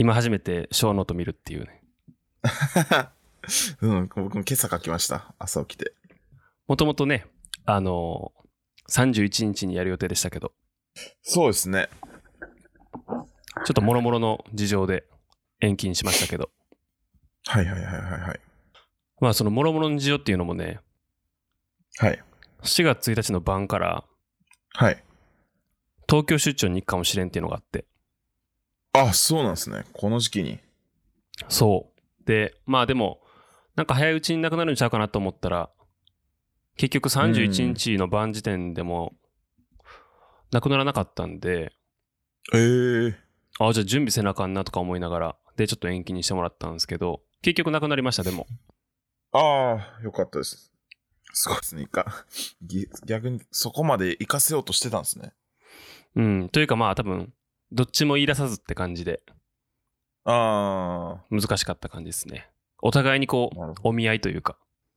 今初めて小ノート見るっていうね。 うん、僕も今朝書きました。朝起きて。 もともとね、31日にやる予定でしたけど、 そうですね。 ちょっともろもろの事情で延期にしましたけど、 はいはいはいはいはい。 まあそのもろもろの事情っていうのもね、 はい。 4月1日の晩からはい。 東京出張に行くかもしれんっていうのがあって、 あ、そうなんですね。この時期に。 そうで、まあでもなんか早いうちになくなるんちゃうかなと思ったら、結局31日の晩時点でもなくならなかったんで、 ええ。 じゃあ準備せなあかんなとか思いながらでちょっと延期にしてもらったんですけど、結局なくなりました。でもああ、よかったです。すごいですね。逆にそこまで活かせようとしてたんですね。 というかまあ多分どっちも言い出さずって感じであ難しかった感じですね。お互いにこうお見合いというか、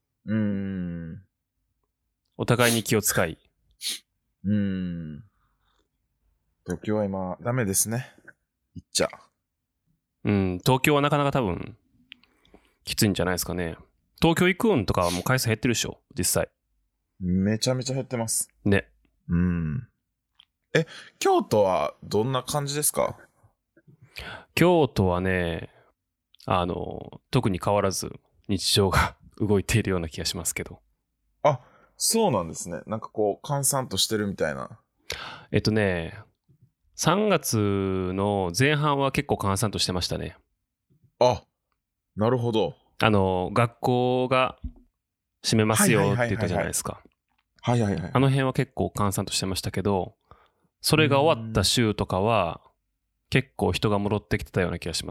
お互いに気を使い、 東京は今ダメですね。行っちゃ。 東京はなかなか多分きついんじゃないですかね。東京行くんとかはもう回数減ってるでしょ、実際。 めちゃめちゃ減ってます。 ね。 京都はどんな感じですか？ 京都はね、特に変わらず日常が動いているような気がしますけど。 あ、そうなんですね。なんかこう、閑散としてるみたいな。 3月の前半は結構閑散としてましたね。 あ、なるほど。 学校が閉めますよって言ったじゃないですか。 はいはいはい。 あの辺は結構閑散としてましたけど、それが終わった週とかは結構人が戻ってきてたような気がします。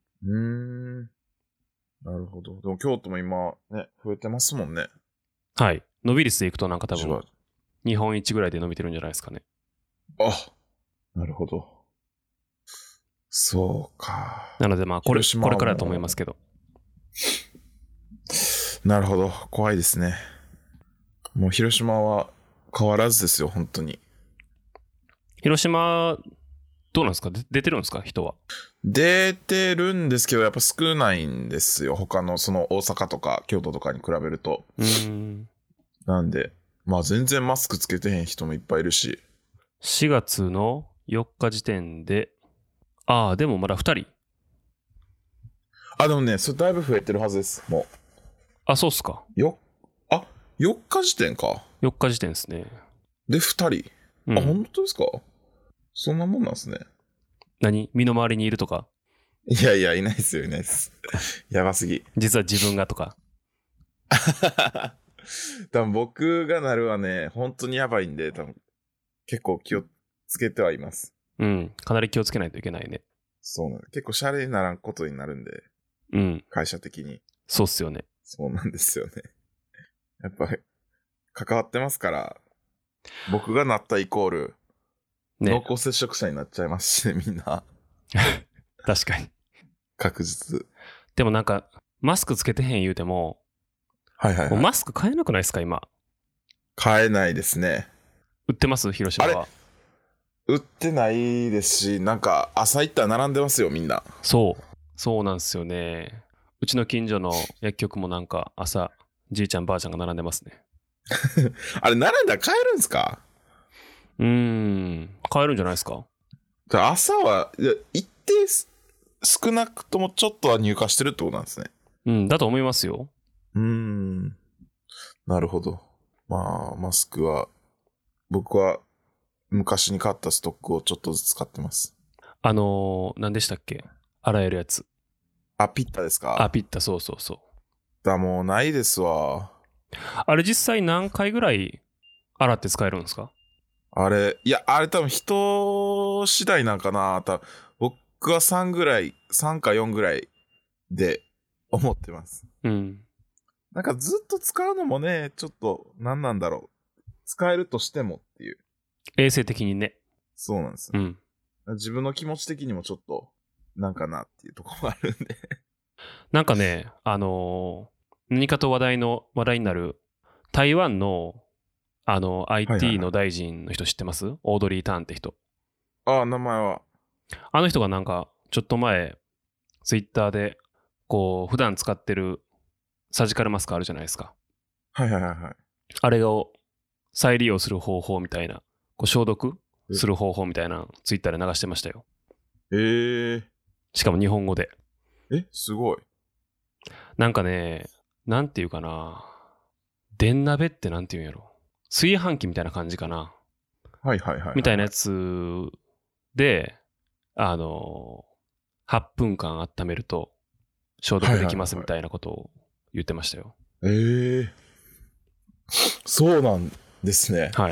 なるほど。でも京都も今ね、増えてますもんね。 はい。伸び率でいくとなんか多分日本一ぐらいで伸びてるんじゃないですかね。 あ、なるほど。そうか。 なのでまあこれからだと思いますけど。 なるほど。怖いですね。もう広島は変わらずですよ、本当に。 広島どうなんですか？出てるんですか？人は出てるんですけど、やっぱ少ないんですよ。他のその大阪とか京都とかに比べると。なんで、まあ全然マスクつけてへん人もいっぱいいるし。 4月の4日時点で、でもまだ2人。 でもね、それだいぶ増えてるはずです、もう。そうっすか。 4日時点か。 4日時点ですね。 で、2人。本当ですか？そんなもんなんですね。 何？身の回りにいるとか？ いやいや、いないですよ、いないです。やばすぎ。 実は自分がとか。 多分僕がなるはね、本当にやばいんで、多分結構気をつけてはいます。 かなり気をつけないといけないね。 そうなんです。結構シャレにならんことになるんで。会社的に。 そうっすよね。 そうなんですよね。やっぱり関わってますから、僕がなったイコール、濃厚接触者になっちゃいますしね、みんな。 確かに。 確実。 でもなんか、マスクつけてへん言うても、もうマスク買えなくないですか、今。 買えないですね。 売ってます？広島は。 売ってないですし、なんか朝行ったら並んでますよ、みんな。 そうなんですよね。うちの近所の薬局もなんか朝、じいちゃんばあちゃんが並んでますね。 あれ、並んだら買えるんですか？ 買えるんじゃないですか？ 朝は、一定少なくともちょっとは入荷してるってことなんですね。 だと思いますよ。 なるほど。まあ、マスクは、僕は昔に買ったストックをちょっとずつ使ってます。 何でしたっけ？洗えるやつ。 ピッタですか？ ピッタ、そう。 もうないですわ。 あれ実際何回ぐらい洗って使えるんですか？ あれ多分人次第なんかな。僕は3か4ぐらいで思ってます。なんかずっと使うのもね、ちょっと何なんだろう。使えるとしてもっていう。 衛生的にね。 そうなんですよ。自分の気持ち的にもちょっと、なんかなっていうところがあるんで。 なんかね、何かと話題になる台湾のIT の大臣の人知ってます？オードリー・タンって人。 名前は。 あの人がなんかちょっと前、ツイッターで、こう、普段使ってるサジカルマスクあるじゃないですか。 はいはいはいはい。 あれを再利用する方法みたいな、こう消毒する方法みたいなツイッターで流してましたよ。しかも日本語で。 すごい。 なんかね、なんていうかな。電鍋ってなんていうんやろ。炊飯器みたいな感じかな。 はいはいはい、はい。 みたいなやつで、8分間温めると消毒できますみたいなことを言ってましたよ。 そうなんですね。 はい。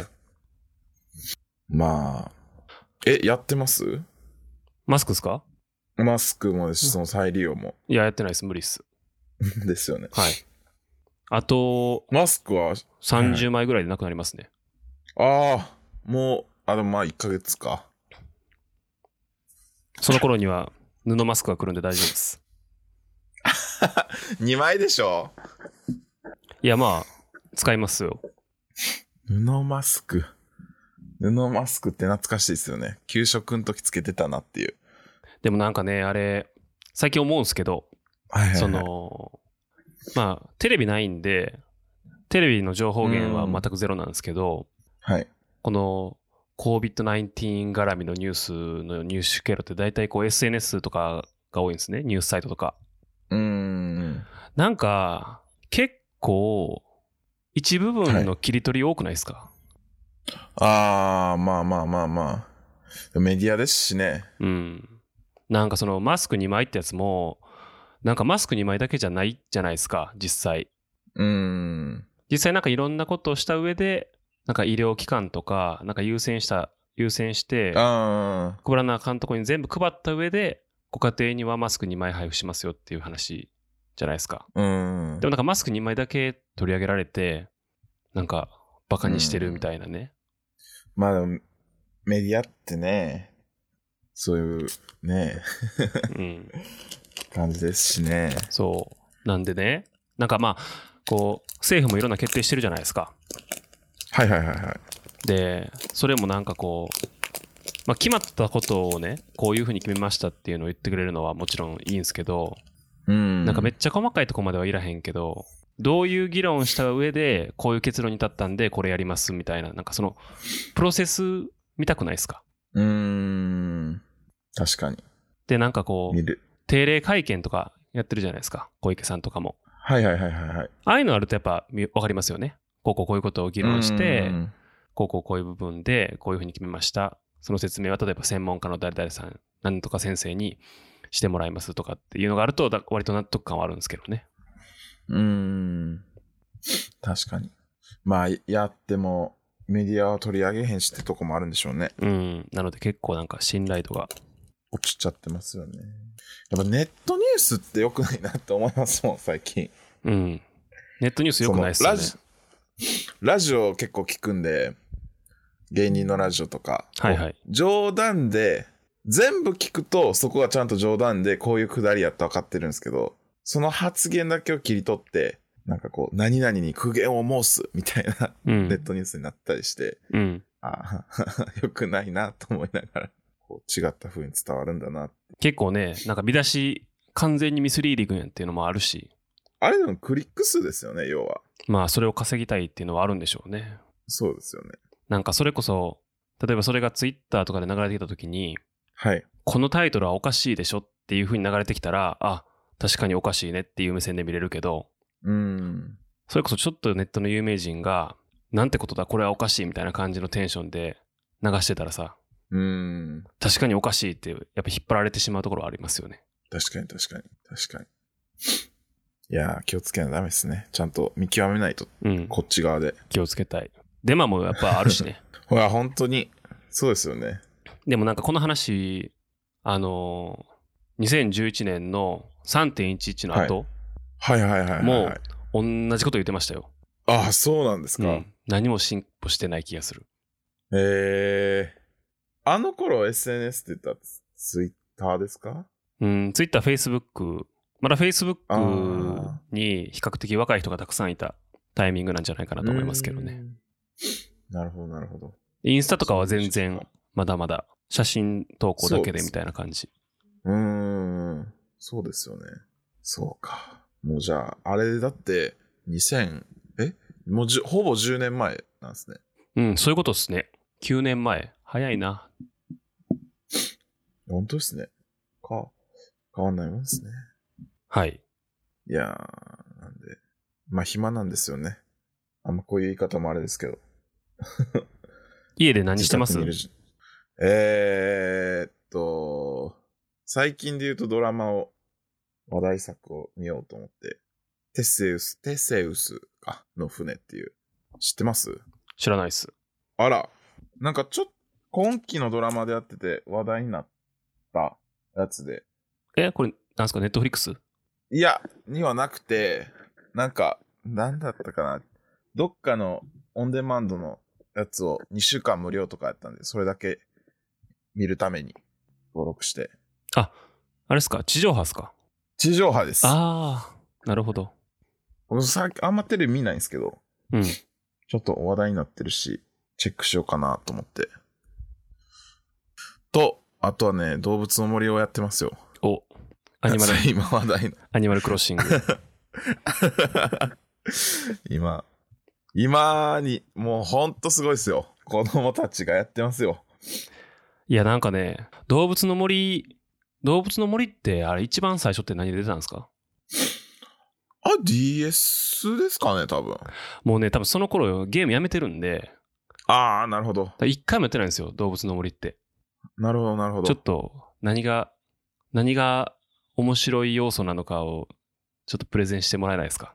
まあ。やってます？ マスクですか？ マスクもですし、その再利用も。 いや、やってないです。無理っす。 ですよね。 はい。あと、 マスクは 30枚ぐらいでなくなりますね。 ああ、もう、でもまあ1ヶ月か。 その頃には布マスクが来るんで大丈夫です。 2枚でしょ？ いや、まあ、使いますよ。 布マスクって懐かしいですよね。給食の時つけてたなっていう。 でもなんかね、あれ、最近思うんですけど、まあ、テレビないんで、テレビの情報源は全くゼロなんですけど、 はい。 この COVID-19 絡みのニュースの入手経路って大体こう SNS とかが多いんですね。ニュースサイトとか。なんか、結構、一部分の切り取り多くないですか？ まあ。メディアですしね。 なんかそのマスク2枚ってやつも、なんかマスク2枚だけじゃないじゃないですか、実際。実際なんかいろんなことをした上で、なんか医療機関とか、なんか優先して、配らなあかんとこに全部配った上で、ご家庭にはマスク2枚配布しますよっていう話じゃないですか。でもなんかマスク2枚だけ取り上げられて、なんかバカにしてるみたいなね。 まあでも、メディアってね、そういうね、感じですしね。 そう。なんでね、なんかまあ、こう、政府もいろんな決定してるじゃないですか。 はい。 で、それもなんかこう、まあ決まったことをね、こういうふうに決めましたっていうのを言ってくれるのはもちろんいいんですけど、なんかめっちゃ細かいとこまではいらへんけど、どういう議論した上でこういう結論に至ったんでこれやりますみたいな、なんかそのプロセス見たくないですか？ 確かに。 で、なんかこう、定例会見とかやってるじゃないですか。小池さんとかも。 はい。ああいうのあるとやっぱ分かりますよね。こういうことを議論して、こういう部分でこういうふうに決めました。その説明は例えば専門家の誰々さん、なんとか先生にしてもらいますとかっていうのがあると割と納得感はあるんですけどね。 確かに。まあ、やってもメディアは取り上げへんしってとこもあるんでしょうね。 なので結構なんか信頼度が落ちちゃってますよね。やっぱネットニュースって良くないなって思いますもん、最近。 ネットニュース良くないっすよね。 ラジオ結構聞くんで、芸人のラジオとか。冗談で、全部聞くとそこがちゃんと冗談でこういうくだりやって分かってるんですけど、その発言だけを切り取って、なんかこう、何々に苦言を申すみたいな、ネットニュースになったりして、良くないなと思いながら、こう違った風に伝わるんだなって。 結構ね、なんか見出し完全にミスリーディングやんっていうのもあるし。 あれでもクリック数ですよね、要は。 まあ、それを稼ぎたいっていうのはあるんでしょうね。 そうですよね。 なんかそれこそ、例えばそれがツイッターとかで流れてきたときに、 はい。 このタイトルはおかしいでしょっていう風に流れてきたら、あ、確かにおかしいねっていう目線で見れるけど、それこそちょっとネットの有名人が、なんてことだ、これはおかしいみたいな感じのテンションで流してたらさ、確かにおかしいってやっぱ引っ張られてしまうところはありますよね。 確かに。いやー、気をつけないとダメですね。ちゃんと見極めないと、こっち側で。 気をつけたい。デマもやっぱあるしね。 ほら、本当に、そうですよね。 でもなんかこの話、2011年の 3.11 の後、もう同じこと言ってましたよ。 ああ、そうなんですか。 何も進歩してない気がする。 あの頃 SNS って言ったらツイッターですか？ ツイッター、フェイスブック、まだフェイスブックに比較的若い人がたくさんいたタイミングなんじゃないかなと思いますけどね。 なるほど。 インスタとかは全然まだまだ写真投稿だけでみたいな感じ。 そうですよね。そうか。もうじゃあ、あれだって、もうほぼ10年前なんですね。 うん、そういうことですね。9年前。早いな。 本当ですね。変わんないもんですね。 はい。 いやー、なんで。まあ、暇なんですよね。あんまこういう言い方もあれですけど。 家で何してます？ 最近で言うとドラマを、話題作を見ようと思って、テセウスかの船っていう、知ってます？ 知らないっす。 あら、なんか今期のドラマでやってて話題になったやつで。 これ、なんすか、ネットフリックス？ いや、にはなくて、なんだったかな。どっかのオンデマンドのやつを2週間無料とかやったんで、それだけ見るために登録して。 あれっすか、地上波っすか？ 地上波です。 ああ、なるほど。 あんまテレビ見ないんですけど、 うん。 ちょっと話題になってるし、チェックしようかなと思って。あとはね、動物の森をやってますよ。 アニマル、 今話題の。 アニマルクロッシング。 今に、もうほんとすごいですよ。子供たちがやってますよ。 いや、なんかね、動物の森ってあれ一番最初って何で出たんですか ？DS ですかね、多分。 もうね、多分その頃ゲームやめてるんで。 なるほど。 一回もやってないんですよ、動物の森って。 なるほど。 ちょっと何が面白い要素なのかをちょっとプレゼンしてもらえないですか？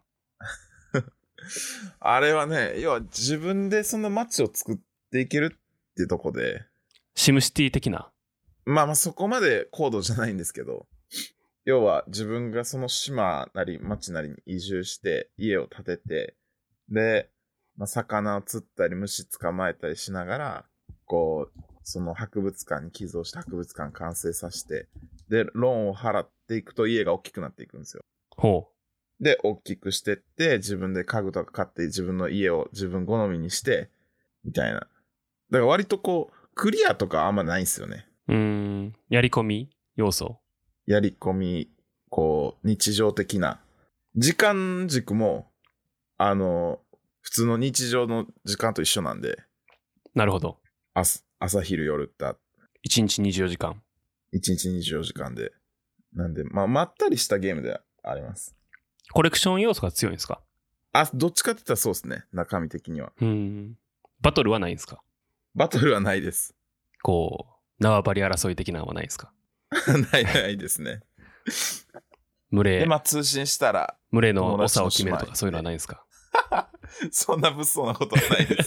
あれはね、要は自分でその街を作っていけるっていうとこで。 シムシティ的な。 まあそこまで高度じゃないんですけど、要は自分がその島なり町なりに移住して家を建てて、で、魚を釣ったり虫捕まえたりしながら、その博物館に寄贈して博物館完成させて、で、ローンを払っていくと家が大きくなっていくんですよ。 ほう。で、大きくしてって、自分で家具とか買って自分の家を自分好みにして、みたいな。だから割とクリアとかあんまないんですよね。 やり込み要素。 やり込み、日常的な。時間軸も、普通の日常の時間と一緒なんで。 なるほど。 朝昼夜って 1日24時間。 1日24時間で。なんで、まったりしたゲームであります。 コレクション要素が強いんですか？ どっちかって言ったらそうですね。中身的には。 バトルはないんですか？ バトルはないです。 縄張り争い的なのはないですか？ ないですね。 群れ。 で、通信したら。 群れの長を決めるとかそういうのはないですか？ そんな物騒なことはないです。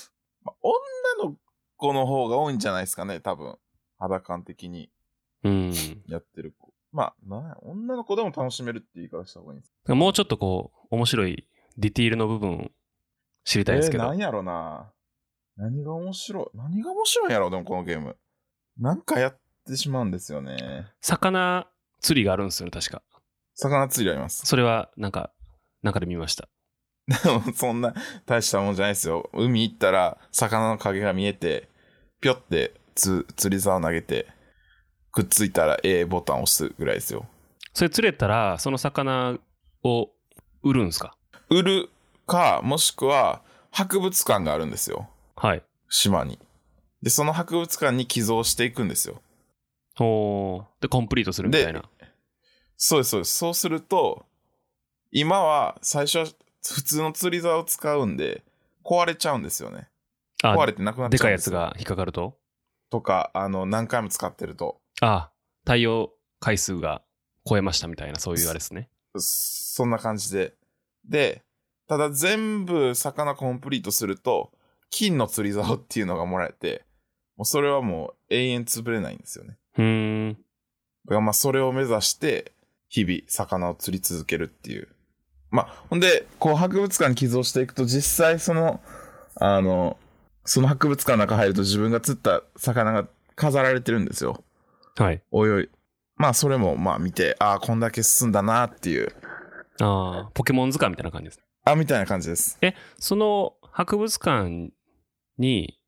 女の子の方が多いんじゃないですかね、多分。肌感的に。やってる子。女の子でも楽しめるって言い方した方がいいんですか？ もうちょっと面白いディティールの部分知りたいですけど。 何やろな。何が面白いんやろ、でもこのゲーム。なんかやってしまうんですよね。 魚釣りがあるんですよね、確か。 魚釣りあります。 それはなんかで見ました。 でもそんな大したもんじゃないですよ。海行ったら魚の影が見えて、ぴょって釣り竿を投げて、くっついたら A ボタンを押すぐらいですよ。 それ釣れたらその魚を売るんですか？ 売るか、もしくは博物館があるんですよ。 はい。 島に。で、その博物館に寄贈していくんですよ。 で、コンプリートするみたいな。 そうです。そうすると、今は最初は普通の釣り竿を使うんで、壊れちゃうんですよね。壊れてなくなっちゃうんですよ。 でかいやつが引っかかるとか、何回も使ってると。 対応回数が超えましたみたいな、そういうあれですね。 そんな感じで。で、ただ全部魚コンプリートすると、金の釣り竿っていうのがもらえて、もうそれはもう永遠潰れないんですよね。だからそれを目指して、日々魚を釣り続けるっていう。ほんで、博物館に寄贈していくと、実際その博物館の中入ると自分が釣った魚が飾られてるんですよ。 はい。 それも見て、こんだけ進んだなっていう。 ポケモン図鑑みたいな感じです。 みたいな感じです。 その博物館に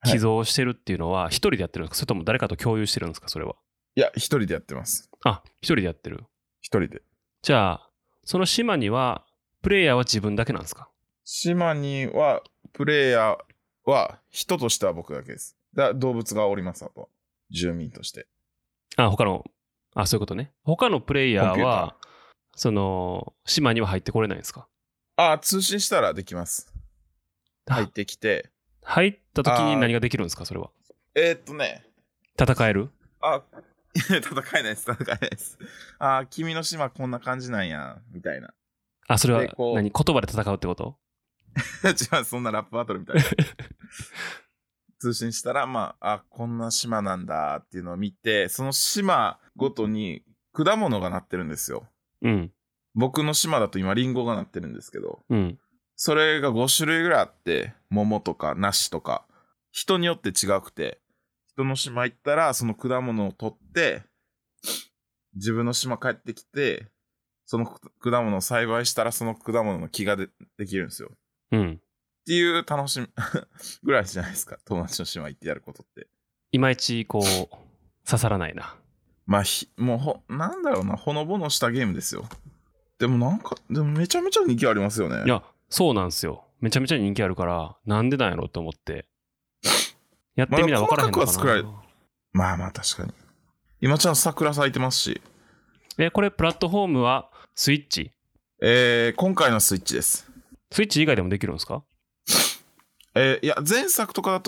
寄贈してるっていうのは一人でやってるんですか、それとも誰かと共有してるんですか、それは。 いや、一人でやってます。 あ、一人でやってる。 一人で。 じゃあ、その島には、プレイヤーは自分だけなんですか？ 島には、プレイヤーは、人としては僕だけです。動物がおります、あとは。住民として。 そういうことね。他のプレイヤーは、その、島には入ってこれないんですか？ 通信したらできます。入ってきて。 入った時に何ができるんですか、それは。戦える？ 戦えないです。君の島こんな感じなんや、みたいな。 それは言葉で戦うってこと？ 違う、そんなラップバトルみたいな。通信したら、こんな島なんだっていうのを見て、その島ごとに果物がなってるんですよ。 うん。 僕の島だと今リンゴがなってるんですけど、 うん。 それが5種類ぐらいあって、桃とか梨とか、人によって違くて、人の島行ったらその果物を取って、自分の島帰ってきて、その果物を栽培したらその果物の木ができるんですよ。 うん。 っていう楽しみぐらいじゃないですか、友達の島行ってやることって。 いまいちこう刺さらないな。 もうなんだろうな、ほのぼのしたゲームですよ。でもめちゃめちゃ人気ありますよね。 いや、そうなんですよ。めちゃめちゃ人気あるから、なんでなんやろと思って。やってみたら分からへんのかな。 確かに。今ちゃんと桜咲いてますし。 これプラットフォームはスイッチ？ 今回のスイッチです。 スイッチ以外でもできるんですか？ いや、前作とかだと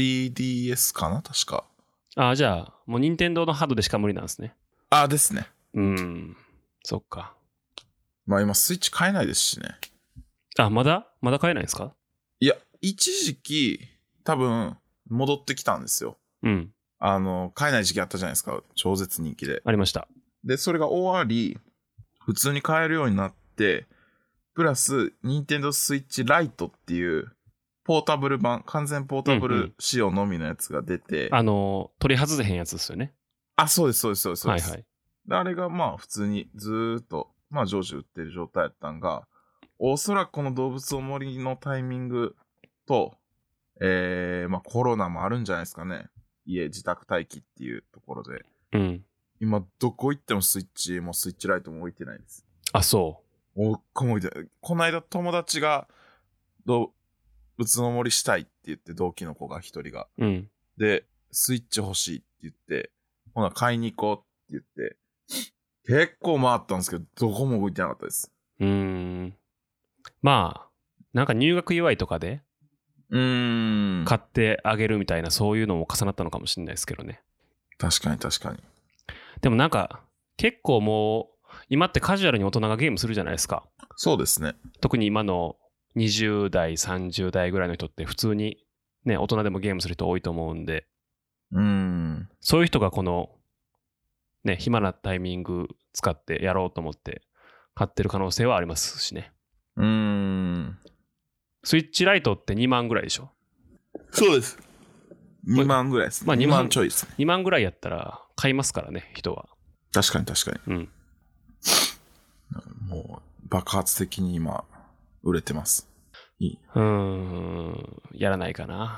3DS かな、確か。 じゃあ、もう任天堂のハードでしか無理なんですね。 ですね。 そっか。 今スイッチ買えないですしね。 まだ買えないんですか？ いや、一時期、多分、戻ってきたんですよ。 うん。 買えない時期あったじゃないですか。超絶人気で。 ありました。 で、それが終わり、普通に買えるようになって、プラス、任天堂スイッチライトっていう、ポータブル版、完全ポータブル仕様のみのやつが出て。 取り外せへんやつですよね。 そうです。 はいはい。 あれが普通にずーっと、常時売ってる状態やったんが、おそらくこの動物の森のタイミングと、コロナもあるんじゃないですかね。自宅待機っていうところで。 うん。 今、どこ行ってもスイッチライトも置いてないです。 そう。 置いてない。この間友達が、動物の森したいって言って、同期の子が一人が。 うん。で、 スイッチ欲しいって言って、ほな、買いに行こうって言って、結構回ったんですけど、どこも動いてなかったです。 なんか入学祝いとかで、買ってあげるみたいな、そういうのも重なったのかもしれないですけどね。 確かに。 でもなんか、結構もう、今ってカジュアルに大人がゲームするじゃないですか。 そうですね。 特に今の20代、30代ぐらいの人って普通にね、大人でもゲームする人多いと思うんで、そういう人がこの、ね、暇なタイミング使ってやろうと思って買ってる可能性はありますしね。スイッチライトって2万ぐらいでしょ？ そうです。2万ぐらいですね。2万ちょいですね。 2万ぐらいやったら買いますからね、人は。 確かに。もう爆発的に今売れてます。 やらないかな。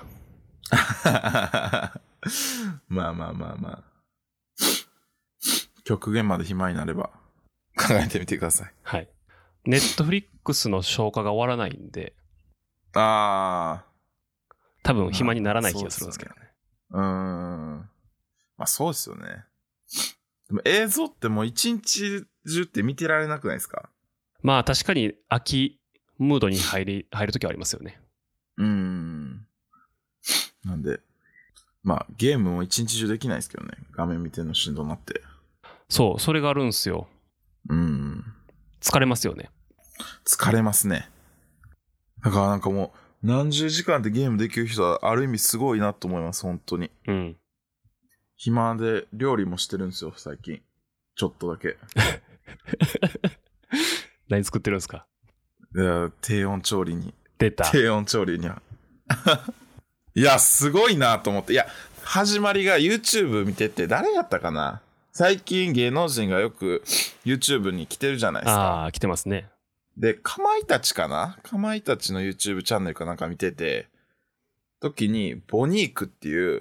まあ。極限まで暇になれば考えてみてください。 はい。ネットフリックスの消化が終わらないんで、多分暇にならない気がするんですけどね。 そうですよね。でも映像ってもう一日中って見てられなくないですか？ 確かに秋ムードに入るときはありますよね。 なんで、ゲームも一日中できないですけどね。画面見てるのしんどになって。 そう、それがあるんすよ。疲れますよね。 疲れますね。だからなんかもう、何十時間でゲームできる人はある意味すごいなと思います、本当に。暇で料理もしてるんですよ、最近。ちょっとだけ。 何作ってるんですか？ 低温調理に。 出た。 低温調理には。いや、すごいなと思って。いや、始まりが YouTube 見てて、誰やったかな？最近芸能人がよく YouTube に来てるじゃないですか。 来てますね。 で、かまいたちかな？かまいたちの YouTube チャンネルかなんか見てて、 時に、ボニークっていう、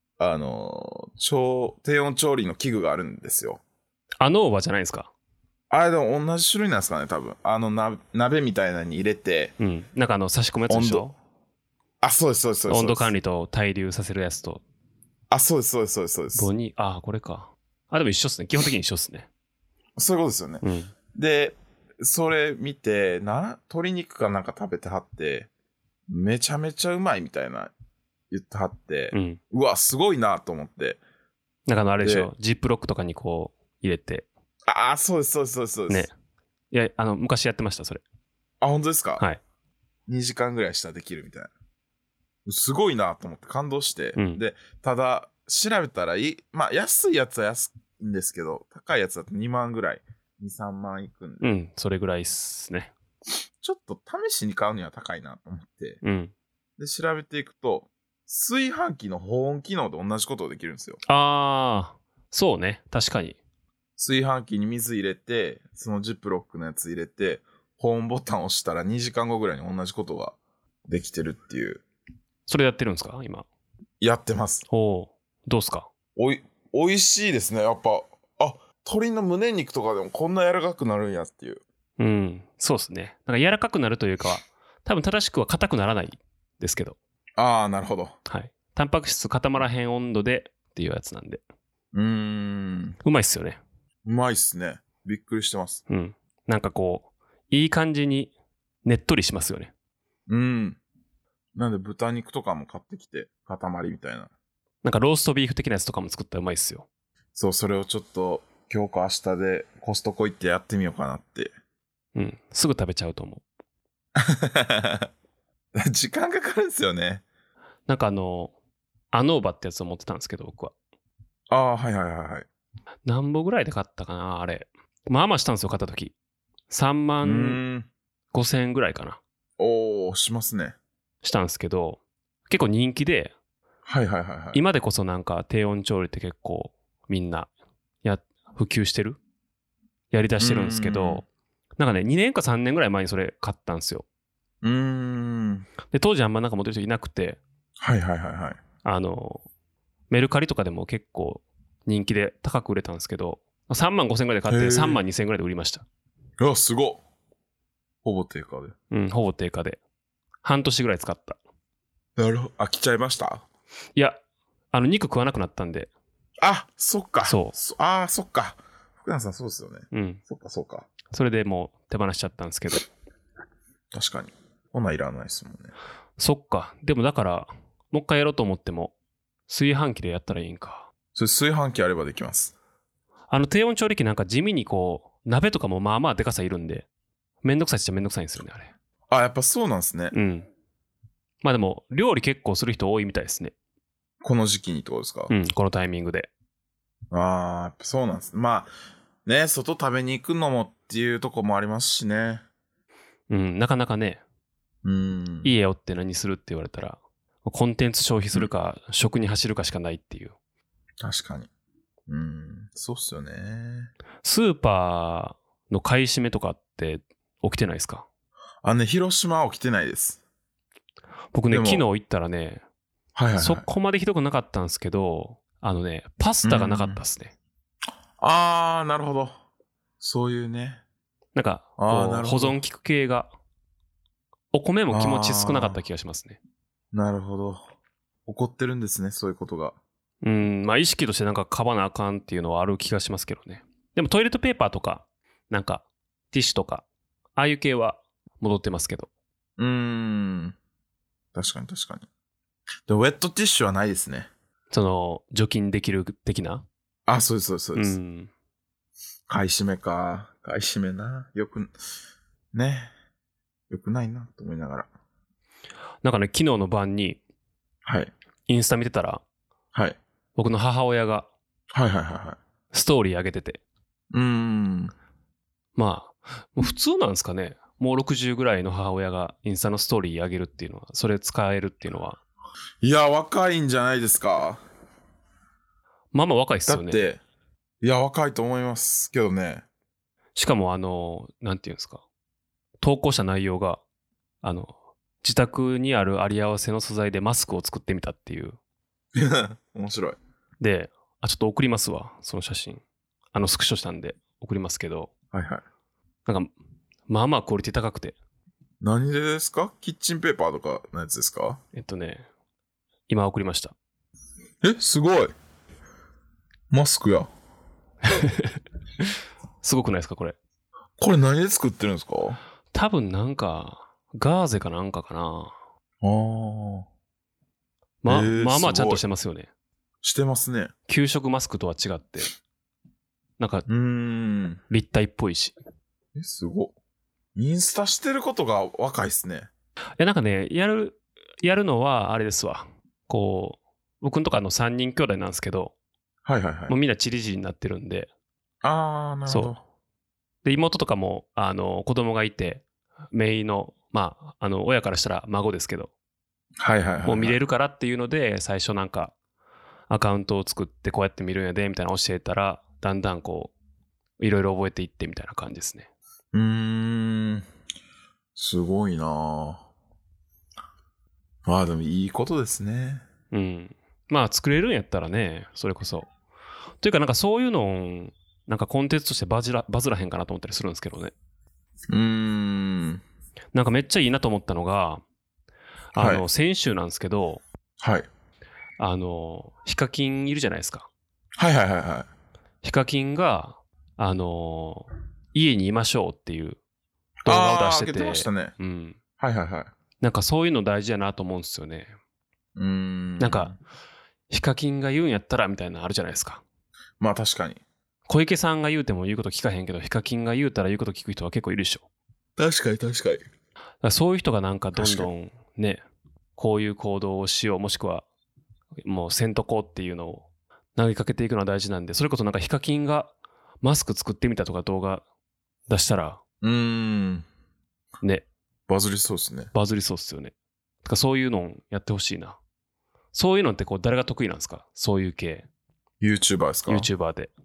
低温調理の器具があるんですよ。 アノーバじゃないですか。 あれでも同じ種類なんですかね、多分。鍋みたいなのに入れて。 うん。なんか差し込むやつでしょ？ あ、そうです、そうです、そうです。 温度管理と対流させるやつと。 あ、そうです、そうです、そうです、そうです。 これか。あ、でも一緒っすね。基本的に一緒っすね。 そういうことですよね。 うん。 で、それ見て、鶏肉かなんか食べてはって、めちゃめちゃうまいみたいな言ってはって、 うん。 うわ、すごいなと思って。 なんかあれでしょ？ジップロックとかにこう入れて。 ああ、そうです、そうです、そうです、そうです。 ね。いや、昔やってました、それ。 あ、本当ですか？ はい。 2時間ぐらいしたらできるみたいな。すごいなと思って感動して。 うん、 で、ただ、調べたらまあ、安いやつは安いんですけど、高いやつだと2万ぐらい、2、3万いくんで。 うん、それぐらいっすね。 ちょっと試しに買うには高いなと思って。 うん。 で、調べていくと、炊飯器の保温機能と同じことができるんですよ。 あー、そうね。確かに。 炊飯器に水入れて、そのジップロックのやつ入れて、保温ボタンを押したら2時間後ぐらいに同じことができてるっていう。 それやってるんですか今？ やってます。 おー、どうっすか？ おいしいですね。やっぱ、鶏の胸肉とかでもこんな柔らかくなるんやっていう。 うん、そうっすね。なんか柔らかくなるというかは、多分正しくは硬くならないですけど。 ああ、なるほど。 はい。タンパク質固まらへん温度でっていうやつなんで。うまいっすよね。 うまいっすね。びっくりしてます。 うん。なんかこう、いい感じにねっとりしますよね。 なんで豚肉とかも買ってきて、塊みたいな。 なんかローストビーフ的なやつとかも作ったらうまいっすよ。 そう、それをちょっと今日か明日でコストコ行ってやってみようかなって。 うん。すぐ食べちゃうと思う。 時間かかるんですよね。 なんかアノーバってやつを持ってたんですけど、僕は。 ああ、はいはいはいはい。 何本ぐらいで買ったかなあれ。まあまあしたんですよ、買った時。3万5千円ぐらいかな。 おー、しますね。 したんですけど、結構人気で、 はいはいはいはい。 今でこそなんか低温調理って結構みんな普及してるやりだしてるんですけど、なんかね、2年か3年ぐらい前にそれ買ったんですよ。で、当時あんまなんか持ってる人いなくて、 はいはいはいはい。 メルカリとかでも結構人気で高く売れたんですけど、3万5千ぐらいで買って3万2千ぐらいで売りました。 うわ、すごっ。ほぼ定価で。 うん、ほぼ定価で。半年ぐらい使った。 なるほど。飽きちゃいました？ いや、肉食わなくなったんで。 あ、そっか。 そう。 そっか。福山さんそうですよね。 うん。 そっかそっか。 それでもう手放しちゃったんですけど。 確かに。ほないらないですもんね。 そっか。でもだから、もう一回やろうと思っても、炊飯器でやったらいいんか。 それ炊飯器あればできます。 低温調理器なんか地味にこう、鍋とかもまあまあでかさいるんで、めんどくさいっちゃめんどくさいんですよね、あれ。 あ、やっぱそうなんですね。 うん。まあでも、料理結構する人多いみたいですね。 この時期にってことですか？ うん、このタイミングで。 やっぱそうなんです。まあ、ね、外食べに行くのもっていうとこもありますしね。 うん、なかなかね、家をって何するって言われたら、コンテンツ消費するか、食に走るかしかないっていう。 確かに。そうっすよね。 スーパーの買い占めとかって起きてないですか？ 広島は起きてないです。 僕ね、昨日行ったらね、そこまでひどくなかったんですけど、パスタがなかったっすね。 なるほど。そういうね。 なんか、保存効く系が、お米も気持ち少なかった気がしますね。 なるほど。起こってるんですね、そういうことが。 まあ意識としてなんか買わなあかんっていうのはある気がしますけどね。でもトイレットペーパーとか、なんかティッシュとか、ああいう系は戻ってますけど。 確かに確かに。でもウェットティッシュはないですね。 除菌できる的な？ そうですそうです。買い占めか。買い占めな。よくないなと思いながら。 なんかね、昨日の晩に、インスタ見てたら、僕の母親が、ストーリー上げてて。まあ、もう普通なんですかね。もう60ぐらいの母親がインスタのストーリー上げるっていうのは、それ使えるっていうのは。 いや、若いんじゃないですか。 まあまあ若いっすよね。 だって、いや、若いと思いますけどね。 しかもなんていうんですか。投稿した内容が、 自宅にあるあり合わせの素材でマスクを作ってみたっていう。 面白い。 で、ちょっと送りますわ、その写真。スクショしたんで送りますけど。 はいはい。 なんか、まあまあクオリティ高くて。 何でですか？キッチンペーパーとかのやつですか？ 今送りました。 すごい。マスクや。 すごくないですか、これ。 これ何で作ってるんですか？ 多分なんか、ガーゼかなんかかな。まあまあちゃんとしてますよね。 してますね。 給食マスクとは違って。なんか、立体っぽいし。 すご。インスタしてることが若いっすね。 なんかね、やるのはあれですわ。こう、僕んとこ3人兄弟なんですけど、 はいはいはい。 もうみんなチリジリになってるんで。 なるほど。 で、妹とかも、子供がいて、姪の、親からしたら孫ですけど、 はいはいはい。 もう見れるからっていうので、最初なんか、アカウントを作ってこうやって見るんやで、みたいな教えたら、だんだんこう、いろいろ覚えていってみたいな感じですね。 すごいなぁ。でもいいことですね。 作れるんやったらね、それこそ。というかなんかそういうのなんかコンテンツとしてバズらへんかなと思ったりするんですけどね。なんかめっちゃいいなと思ったのが、先週なんですけど、 はい。 ヒカキンいるじゃないですか。 はいはいはいはい。 ヒカキンが、家にいましょうっていう動画を出してて。 上げてましたね。はいはいはい。 なんかそういうの大事やなと思うんですよね。なんか、ヒカキンが言うんやったらみたいなのあるじゃないですか。 まあ確かに。 小池さんが言うても言うこと聞かへんけど、ヒカキンが言うたら言うこと聞く人は結構いるでしょ。 確かに確かに。 だからそういう人がなんかどんどんね、こういう行動をしよう、もしくはもうせんとこうっていうのを投げかけていくのは大事なんで、それこそなんかヒカキンがマスク作ってみたとか動画出したら、ね。 バズりそうですね。 バズりそうっすよね。だからそういうのをやってほしいな。そういうのってこう誰が得意なんですか？そういう系。 YouTuber ですか？ YouTuber で。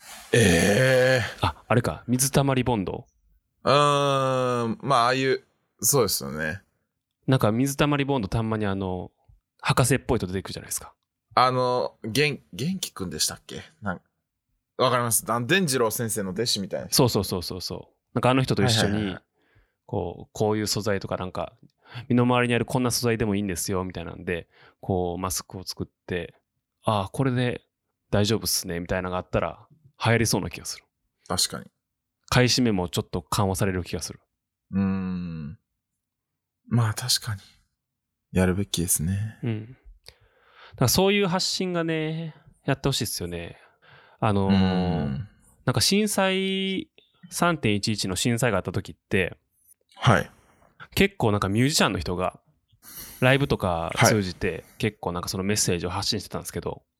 あれか。水溜りボンド。 まあああいう、そうですよね。 なんか水溜りボンドたんまに博士っぽい人出てくるじゃないですか。 元気くんでしたっけ？わかります。伝次郎先生の弟子みたいな。 そう。なんかあの人と一緒に、こういう素材とかなんか、身の回りにあるこんな素材でもいいんですよ、みたいなんで、こうマスクを作って、これで大丈夫っすね、みたいなのがあったら、流行りそうな気がする。 確かに。 買い占めもちょっと緩和される気がする。 まあ確かに。やるべきですね。 だからそういう発信がね、やってほしいですよね。なんか震災 3.11 の震災があった時って、結構なんかミュージシャンの人がライブとか通じて結構なんかそのメッセージを発信してたんですけど、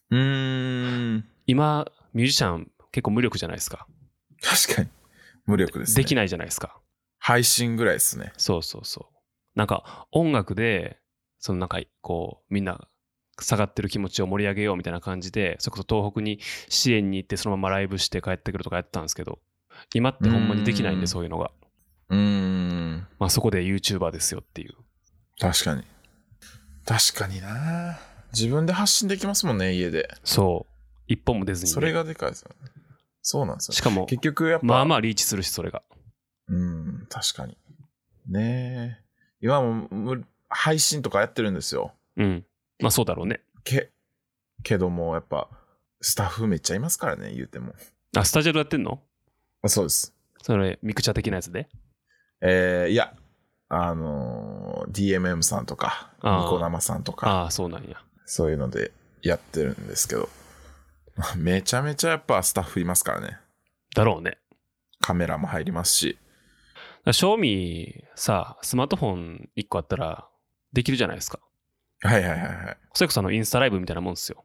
今ミュージシャン結構無力じゃないですか。 確かに無力ですね。 できないじゃないですか。 配信ぐらいですね。 そう。なんか音楽でそのなんかこうみんな下がってる気持ちを盛り上げようみたいな感じで、それこそ東北に支援に行ってそのままライブして帰ってくるとかやってたんですけど、今ってほんまにできないんで、そういうのが。まあそこで YouTuber ですよっていう。 確かにな。自分で発信できますもんね、家で。 そう。一本も出ずに、ね。 それがでかいですよね。そうなんですよ。 しかも、 結局やっぱ。 まあまあリーチするし、それが。 確かに。ねえ。今も配信とかやってるんですよ。 まあそうだろうね。 けども、やっぱ、スタッフめっちゃいますからね、言うても。 スタジオでやってんの？ そうです。 それ、ミクチャ的なやつで？ いや、DMM さんとか、ニコ生さんとか。 そうなんや。 そういうのでやってるんですけど。めちゃめちゃやっぱスタッフいますからね。 だろうね。 カメラも入りますし。 正味さ、スマートフォン1個あったらできるじゃないですか。 はい。 それこそインスタライブみたいなもんですよ。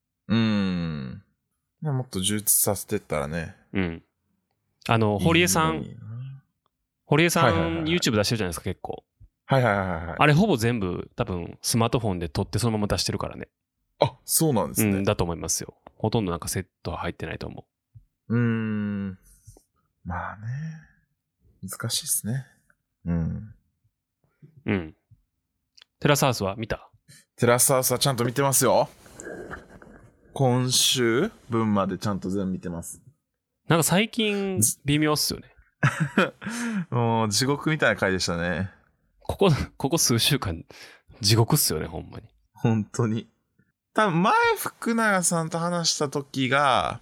もっと充実させてったらね。 堀江さん YouTube 出してるじゃないですか、結構。 はい。 あれほぼ全部多分スマートフォンで撮ってそのまま出してるからね。 そうなんですね。 だと思いますよ。ほとんどなんかセットは入ってないと思う。まあね。難しいっすね。 テラスハウスは見た？ テラスハウスはちゃんと見てますよ。今週分までちゃんと全部見てます。 なんか最近微妙っすよね。 もう地獄みたいな回でしたね。 ここ数週間地獄っすよね、ほんまに。 本当に。多分前福永さんと話した時が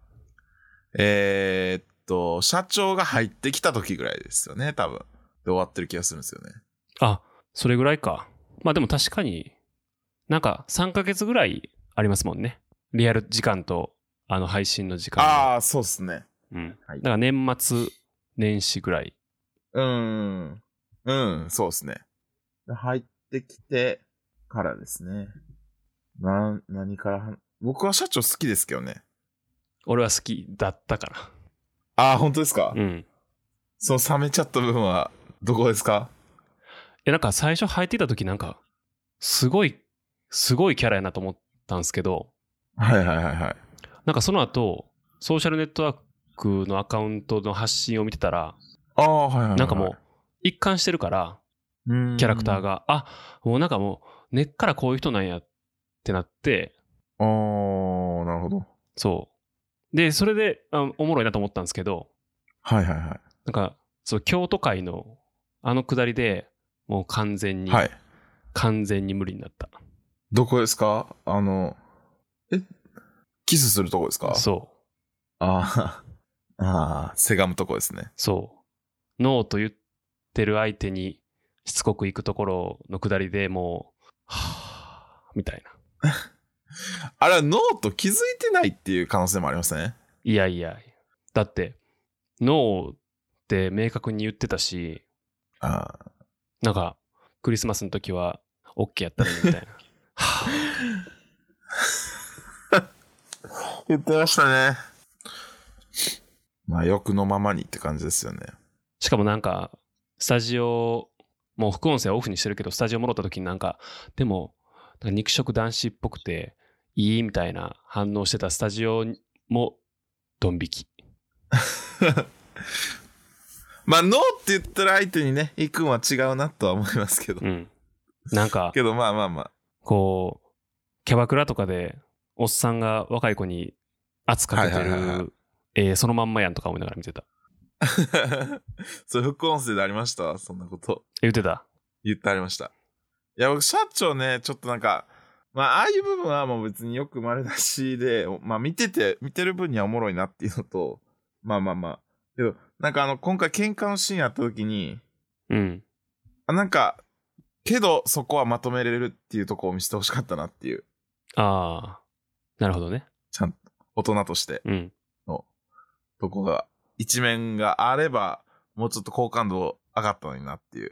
社長が入ってきた時ぐらいですよね、多分。で終わってる気がするんですよね。 あ、それぐらいか。まあでも確かになんか3ヶ月ぐらいありますもんね。リアル時間と配信の時間。 ああ、そうっすね。 うん。はい、だから年末年始ぐらい。 うん、そうっすね。入ってきてからですね。何から僕は社長好きですけどね。 俺は好きだったから。 ああ、本当ですか？ うん。 その冷めちゃった部分はどこですか？ なんか最初入ってきた時なんかすごいキャラやなと思ったんですけど。 はい。 なんかその後ソーシャルネットワークのアカウントの発信を見てたら、なんかもう一貫してるからキャラクターがもうなんかもう根っからこういう人なんやってなって。 なるほど。 そうでそれでおもろいなと思ったんですけど。 はい。 なんかそう京都会の下りでもう完全に無理になった。 どこですか？キスするとこですか？ そう。 せがむとこですね。 そう。ノーと言ってる相手にしつこく行くところの下りでもうみたいな。 あれはノーと気づいてないっていう可能性もありますね。 いやだってノーって明確に言ってたし、なんかクリスマスの時は OK やったのにみたいな。 言ってましたね。まあ欲のままにって感じですよね。 しかもなんかスタジオもう副音声はオフにしてるけど、スタジオ戻った時になんかでもなんか肉食男子っぽくていいみたいな反応してたスタジオもドン引き。 まあノーって言ったら相手にね行くんは違うなとは思いますけど、 なんかけどまあこうキャバクラとかでおっさんが若い子に圧かけてるそのまんまやんとか思いながら見てた。 それ副音声でありました？そんなこと言ってた？ 言ってありました。いや僕社長ねちょっとなんかああいう部分はもう別によく丸出しで見てる分にはおもろいなっていうのとけどなんか今回喧嘩のシーンあった時になんかけどそこはまとめれるっていうところを見せてほしかったなっていう。 なるほどね。 ちゃんと大人としてのとこが一面があればもうちょっと好感度上がったのになっていう。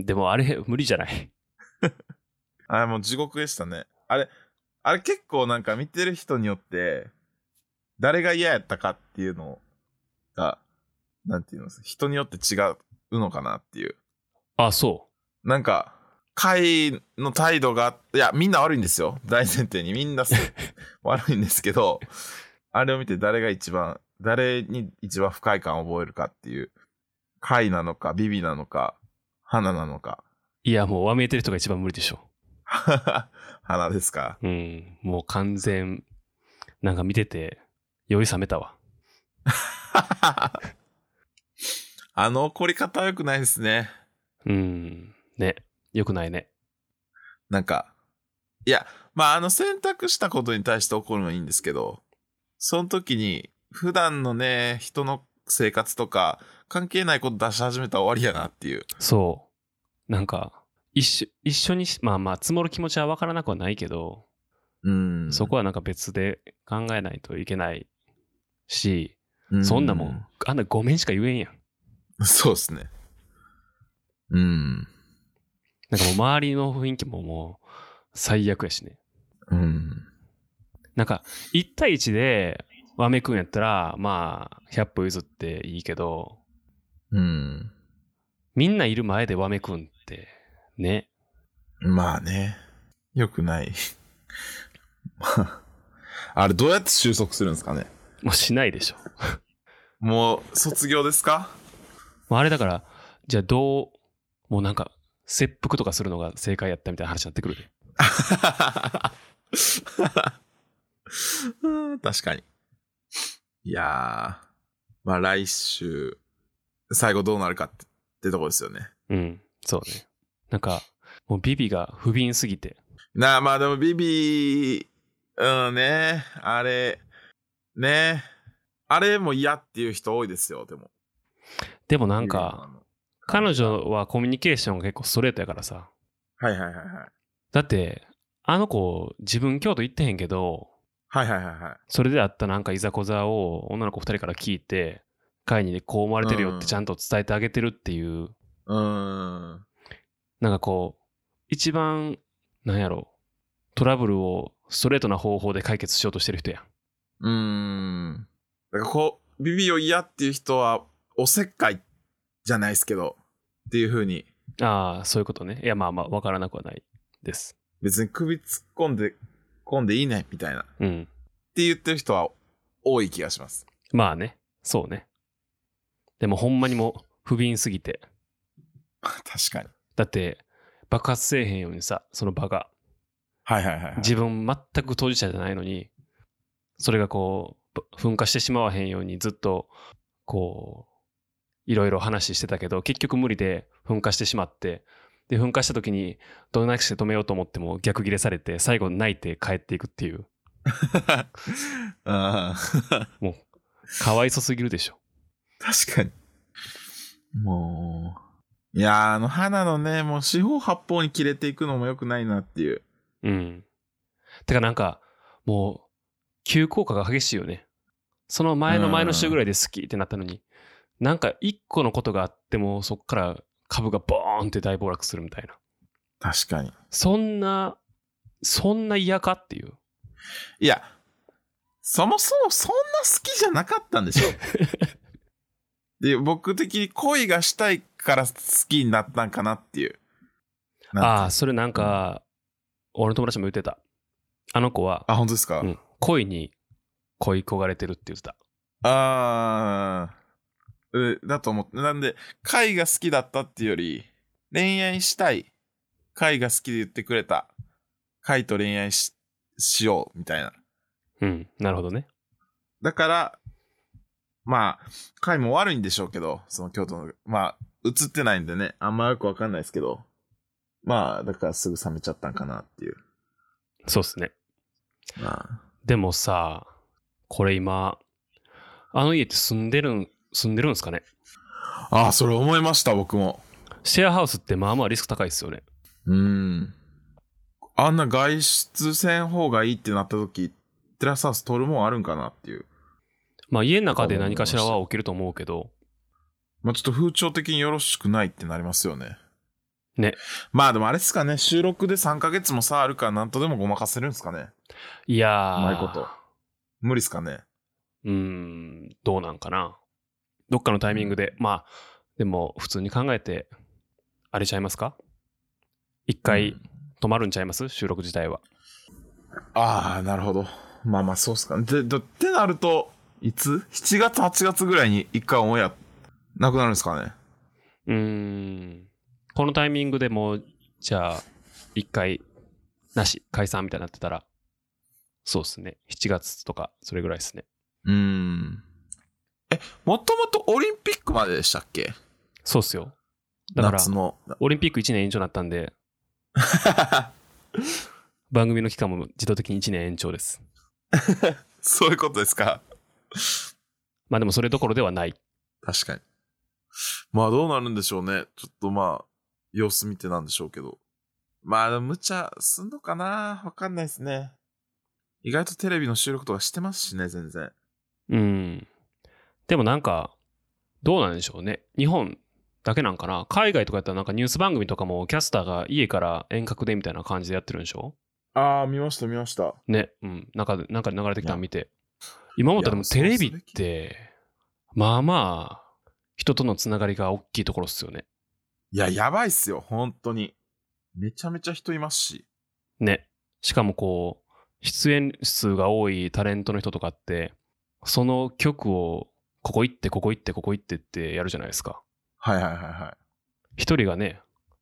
でもあれ無理じゃない？ あれもう地獄でしたね。あれ結構なんか見てる人によって誰が嫌やったかっていうのがなんていうの人によって違うのかなっていう。 そうなんか会の態度がみんな悪いんですよ。大前提にみんな悪いんですけどあれを見て誰に一番不快感を覚えるかっていう。会なのかビビなのか花なのか。 いやもうわめいてる人が一番無理でしょ。 花ですか？ もう完全なんか見てて酔い冷めたわ。 怒り方は良くないですね。 ね、良くないね。 なんかいや選択したことに対して怒るのはいいんですけど、その時に普段のね人の生活とか関係ないこと出し始めたら終わりやなっていう。 そうなんか一緒に積もる気持ちは分からなくはないけど、そこはなんか別で考えないといけないし、そんなもんあんなごめんしか言えんやん。 そうですね。 なんかもう周りの雰囲気ももう最悪やしね。なんか1対1でわめくんやったら100歩譲っていいけど、みんないる前でわめくんってね。 ねよくないあれどうやって収束するんですかね？ もうしないでしょ。 もう卒業ですか？ あれだからじゃあもうなんか切腹とかするのが正解やったみたいな話になってくるで。 確かに。いやー、まあ来週、最後どうなるかってとこですよね。 うん、そうね。なんか、もうビビが不憫すぎて。 まあでもビビ、ね、あれも嫌っていう人多いですよ、でも。 でもなんか、彼女はコミュニケーションが結構ストレートやからさ。 はい。 だって、あの子、自分京都行ってへんけど、 はい。 それであったなんかいざこざを女の子2人から聞いて、会にこう思われてるよってちゃんと伝えてあげてるっていう。なんかこう、一番、なんやろ、トラブルをストレートな方法で解決しようとしてる人やん。 だからこう、ビビを嫌っていう人は、おせっかいじゃないですけど、っていう風に。 ああ、そういうことね。いや、まあまあ、わからなくはないです。 別に首突っ込んでいいね、みたいな。 うん。 って言ってる人は多い気がします。 まあね、そうね。でもほんまにもう不憫すぎて。 確かに。 だって、爆発せえへんようにさ、その場が。 はい。 自分全く当事者じゃないのに、それがこう、噴火してしまわへんようにずっと、こう、いろいろ話してたけど、結局無理で噴火してしまって、で、噴火した時に、どんなくして止めようと思っても逆ギレされて、最後泣いて帰っていくっていう。もう、かわいそすぎるでしょ。 確かに。もう、いや花のね、もう四方八方に切れていくのも良くないなっていう。 うん。てかなんか、もう、急降下が激しいよね。その前の週ぐらいで好きってなったのに、なんか一個のことがあっても、そっから株がボーンって大暴落するみたいな。 確かに。 そんな嫌かっていう。 いや、そもそもそんな好きじゃなかったんでしょ。で、僕的に恋がしたいから好きになったんかなっていう。 ああ、それなんか、俺の友達も言ってた。あの子は、 あ、本当ですか？ 恋に恋焦がれてるって言ってた。 だと思って。なんで、貝が好きだったっていうより、恋愛したい。貝が好きで言ってくれた。貝と恋愛 しよう、みたいな。 うん、なるほどね。 だから、まあ、貝も悪いんでしょうけど、その京都の、まあ、映ってないんでね、あんまよくわかんないですけど、まあ、だからすぐ冷めちゃったんかなっていう。 そうっすね。 まあ、 でもさ、これ今、あの家って住んでるんすかね？ ああ、それ思いました、僕も。 シェアハウスってまあまあリスク高いっすよね。 あんな外出せん方がいいってなった時、テラスハウス取るもんあるんかなっていう。 まあ家の中で何かしらは起きると思うけど。 まあちょっと風潮的によろしくないってなりますよね。 ね。 まあでもあれですかね、収録で3ヶ月も差あるからなんとでもごまかせるんですかね。 いやー。 うまいこと。無理っすかね。 どうなんかな。どっかのタイミングで、まあ、でも普通に考えて、あれちゃいますか？一回止まるんちゃいます？収録自体は。 ああ、なるほど。まあまあそうっすかね。ってなると、いつ ?7 月、8月ぐらいに一回オンエアなくなるんですかね。 このタイミングでもう、じゃあ、一回なし、解散みたいになってたら、そうっすね。7月とか、それぐらいですね。 もともとオリンピックまででしたっけ？ そうっすよ。だから、 夏のオリンピック1年延長になったんで、番組の期間も自動的に1年延長です。 そういうことですか？ まあでもそれどころではない。 確かに。まあどうなるんでしょうね。ちょっとまあ、様子見てなんでしょうけど。まあ、無茶すんのかな？わかんないですね。意外とテレビの収録とかしてますしね、全然。 でもなんか、どうなんでしょうね。日本だけなんかな。海外とかやったらなんかニュース番組とかもキャスターが家から遠隔でみたいな感じでやってるんでしょ？ ああ、見ました。 ね、なんか流れてきたの見て。今思ったらでもテレビって、まあまあ、人とのつながりが大きいところっすよね。 いや、やばいっすよ、本当に。めちゃめちゃ人いますし。 ね。しかもこう、出演数が多いタレントの人とかって、その曲をここ行ってってやるじゃないですか。 はい。 一人がね、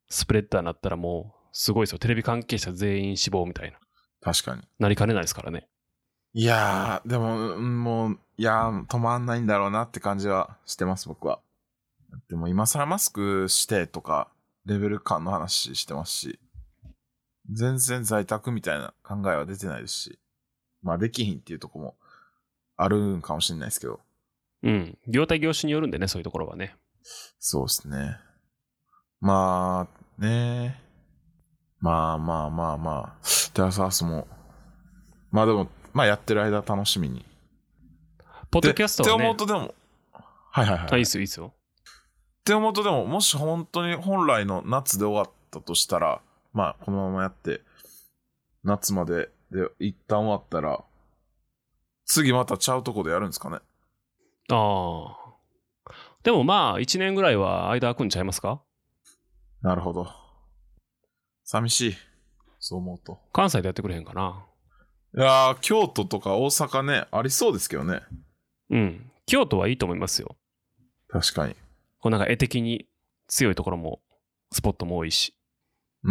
スプレッダーになったらもうすごいですよ。テレビ関係者全員死亡みたいな。 確かに。 なりかねないですからね。 いやー、でも、もう、止まんないんだろうなって感じはしてます、僕は。でも今更マスクしてとか、レベル感の話してますし、全然在宅みたいな考えは出てないですし、まあできひんっていうとこもあるんかもしれないですけど。 うん。業態業種によるんでね、そういうところはね。 そうですね。まあ、ね。まあ。テラスハウスも、まあでも、まあやってる間楽しみに。 ポッドキャストはね。 って思うとでも、はい。 いいっすよ、いいっすよ。 って思うとでも、もし本当に本来の夏で終わったとしたら、まあこのままやって、夏までで一旦終わったら、次またちゃうとこでやるんですかね。 ああ。でもまあ、1年ぐらいは間空くんちゃいますか？ なるほど。寂しい。そう思うと。 関西でやってくれへんかな。 いやー、京都とか大阪ね、ありそうですけどね。 うん。京都はいいと思いますよ。 確かに。 こうなんか絵的に強いところも、スポットも多いし。 で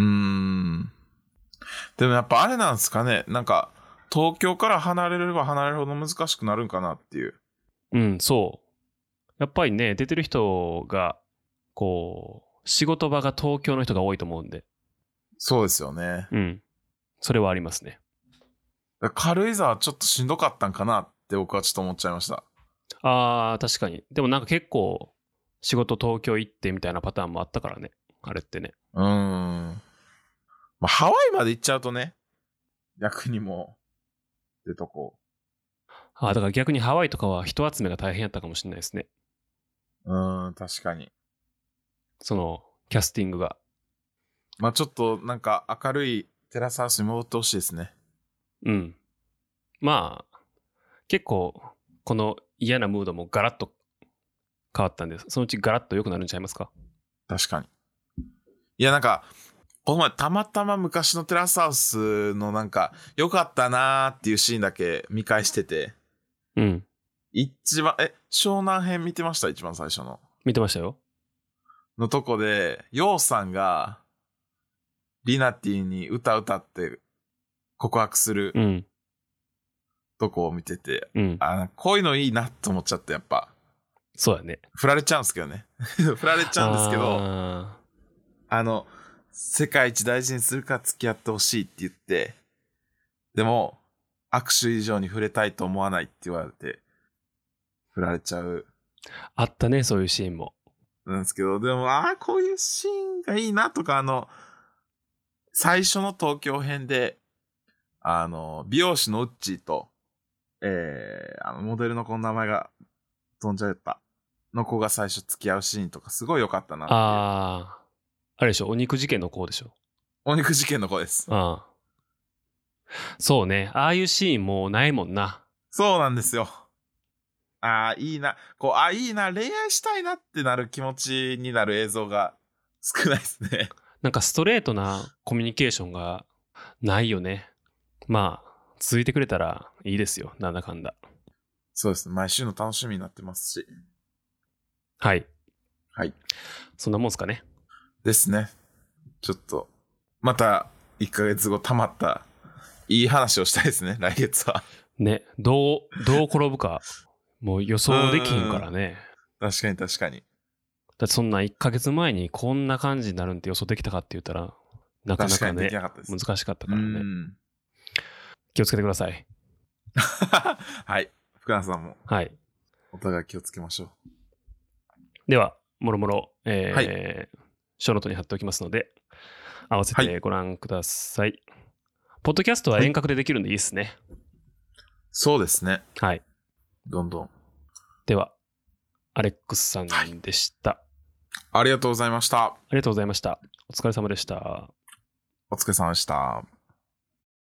もやっぱあれなんですかね。なんか、東京から離れれば離れるほど難しくなるんかなっていう。 うん、そう。やっぱりね、出てる人が、こう、仕事場が東京の人が多いと思うんで。 そうですよね。 うん。それはありますね。 軽井沢ちょっとしんどかったんかなって僕はちょっと思っちゃいました。 ああ、確かに。でもなんか結構、仕事東京行ってみたいなパターンもあったからね。あれってね。 まあ、ハワイまで行っちゃうとね、逆にもう、ってとこ。 ああ、だから逆にハワイとかは人集めが大変やったかもしれないですね。 確かに。 その、キャスティングが。 まあちょっとなんか明るいテラスハウスに戻ってほしいですね。 うん。まあ、結構、この嫌なムードもガラッと変わったんです。そのうちガラッと良くなるんちゃいますか？ 確かに。いやなんか、この前たまたま昔のテラスハウスのなんか、良かったなーっていうシーンだけ見返してて。 うん。 一番、湘南編見てました？一番最初の。 見てましたよ。 のとこで、ヨウさんが、リナティに歌って告白するとこを見てて、こういうのいいなと思っちゃって、やっぱ。 そうだね。 振られちゃうんですけどね。振られちゃうんですけど、世界一大事にするから付き合ってほしいって言って、でも、握手以上に触れたいと思わないって言われて、振られちゃう。 あったね、そういうシーンも。 なんですけど、でも、こういうシーンがいいなとか、最初の東京編で、美容師のウッチーと、モデルの子の名前が飛んじゃったの子が最初付き合うシーンとかすごい良かったなっていう。 あれでしょ、お肉事件の子でしょ。 お肉事件の子です。 そうね、ああいうシーンもうないもんな。 そうなんですよ。いいな。いいな、恋愛したいなってなる気持ちになる映像が少ないですね。 なんかストレートなコミュニケーションがないよね。まあ、続いてくれたらいいですよ、なんだかんだ。 そうですね、毎週の楽しみになってますし。 はい。 はい。 そんなもんすかね。 ですね。ちょっと、また1ヶ月後溜まったいい話をしたいですね、来月は。 ね、どう転ぶか、もう予想できひんからね。 確かに。だってそんな1ヶ月前にこんな感じになるんって予想できたかって言ったら、なかなかね、難しかったからね。気をつけてください。 はい。福永さんも。 はい。 お互い気をつけましょう。 では、もろもろ、 はい、 ショーノートに貼っておきますので、合わせてご覧ください。ポッドキャストは遠隔でできるんでいいですね。 そうですね。 はい。 どんどん。 では、アレックスさんでした。 ありがとうございました。 ありがとうございました。お疲れ様でした。 お疲れ様でした。